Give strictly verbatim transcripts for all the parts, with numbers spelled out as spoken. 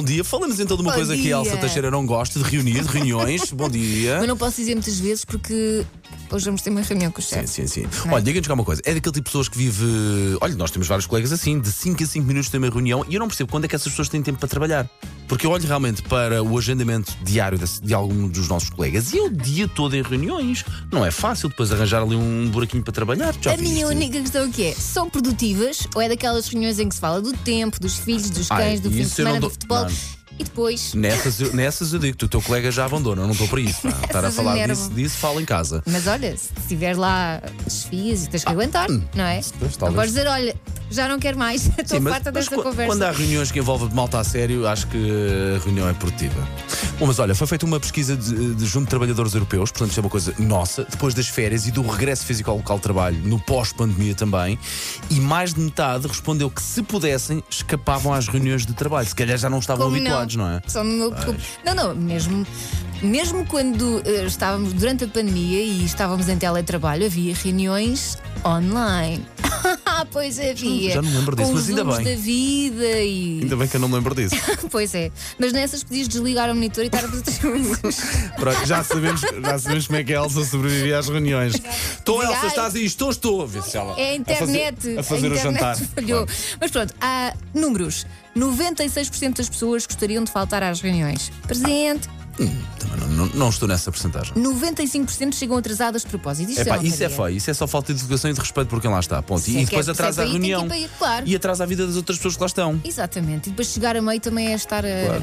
dia. Fala-nos então de uma Bom coisa que a Elsa dia. Teixeira não gosta, de reunir, de reuniões. Bom dia. Mas não posso dizer muitas vezes porque hoje vamos ter uma reunião com os Sim, chefes. sim, sim. Não é? Olha, diga-nos cá uma coisa. É daquele tipo de pessoas que vive. Olha, nós temos vários colegas assim, de cinco a cinco minutos tem uma reunião e eu não percebo quando é que essas pessoas têm tempo para trabalhar. Porque eu olho realmente para o agendamento diário de, de algum dos nossos colegas e é o dia todo em reuniões. Não é fácil depois arranjar ali um buraquinho para trabalhar. Já A minha viste? única questão é que é: são produtivas ou é daquelas reuniões em que se fala do tempo, dos filhos, dos Ai, cães, do fim de isso eu não semana, dou- do futebol não. e depois. Nessas, eu- nessas eu digo que o teu colega já abandona, eu não estou para isso. pá. Estar a Nessas falar enervam. disso, disso, fala em casa. Mas olha, se tiver lá desfias e tens que aguentar, não é? pois, Não talvez. podes dizer, olha, já não quero mais, estou Sim, mas, farta mas desta qu- conversa. quando há reuniões que envolvem malta a sério, acho que a reunião é produtiva. Bom, mas olha, foi feita uma pesquisa de, de junto de trabalhadores europeus, portanto isto é uma coisa nossa, depois das férias e do regresso físico ao local de trabalho, no pós-pandemia também, e mais de metade respondeu que se pudessem, escapavam às reuniões de trabalho. Se calhar já não estavam Como habituados, não, é? Só no meu percurso. Não, não, mesmo, mesmo quando eh, estávamos durante a pandemia e estávamos em teletrabalho, havia reuniões online. Pois havia. Já não me lembro disso, com mas os ainda zooms bem. da vida e. Ainda bem que eu não me lembro disso. Pois é. Mas nessas podias desligar o monitor e estar a fazer coisas. Pronto, já sabemos, já sabemos como é que a Elsa sobrevive às reuniões. Estou, Diga, Elsa, ai. estás aí? Estou, estou. Vê se ela- É a internet. A fazer, a fazer a o internet jantar. falhou. Claro. Mas pronto, há números. noventa e seis por cento das pessoas gostariam de faltar às reuniões. Presente. Hum, também não, não, não estou nessa porcentagem. noventa e cinco por cento chegam atrasadas de propósito. Isto Epá, eu não isso é sabia. feio, isso é só falta de educação e de respeito por quem lá está. Ponto. Se E é depois que é- atrasa se é a para ir, tem reunião. que ir para ir, claro. E atrasa a vida das outras pessoas que lá estão. Exatamente. E depois chegar a meio também é estar a, Claro.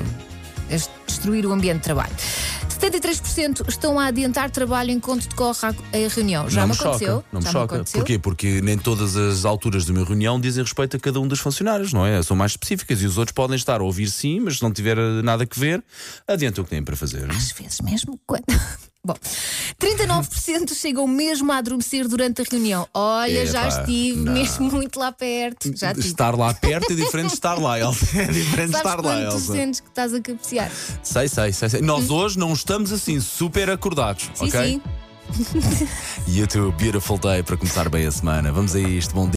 a destruir o ambiente de trabalho. setenta e três por cento estão a adiantar trabalho enquanto decorre a, a reunião. Já não me me aconteceu. choca, não me Já choca. aconteceu. Porquê? Porque nem todas as alturas de uma reunião dizem respeito a cada um dos funcionários, não é? São mais específicas e os outros podem estar a ouvir sim, mas se não tiver nada que ver, adianta o que têm para fazer. Às vezes mesmo quando. Bom, trinta e nove por cento chegam mesmo a adormecer durante a reunião. Olha, já Epá, estive não. mesmo muito lá perto. Já estive. Estar lá perto é diferente de estar lá, Elsa. É diferente de Sabes estar lá, quando tu Elsa. sentes que estás a cabecear? Sei, sei, sei, sei. Nós hoje não estamos assim super acordados, Sim, ok? sim. E o teu beautiful day para começar bem a semana. Vamos a isto, bom dia.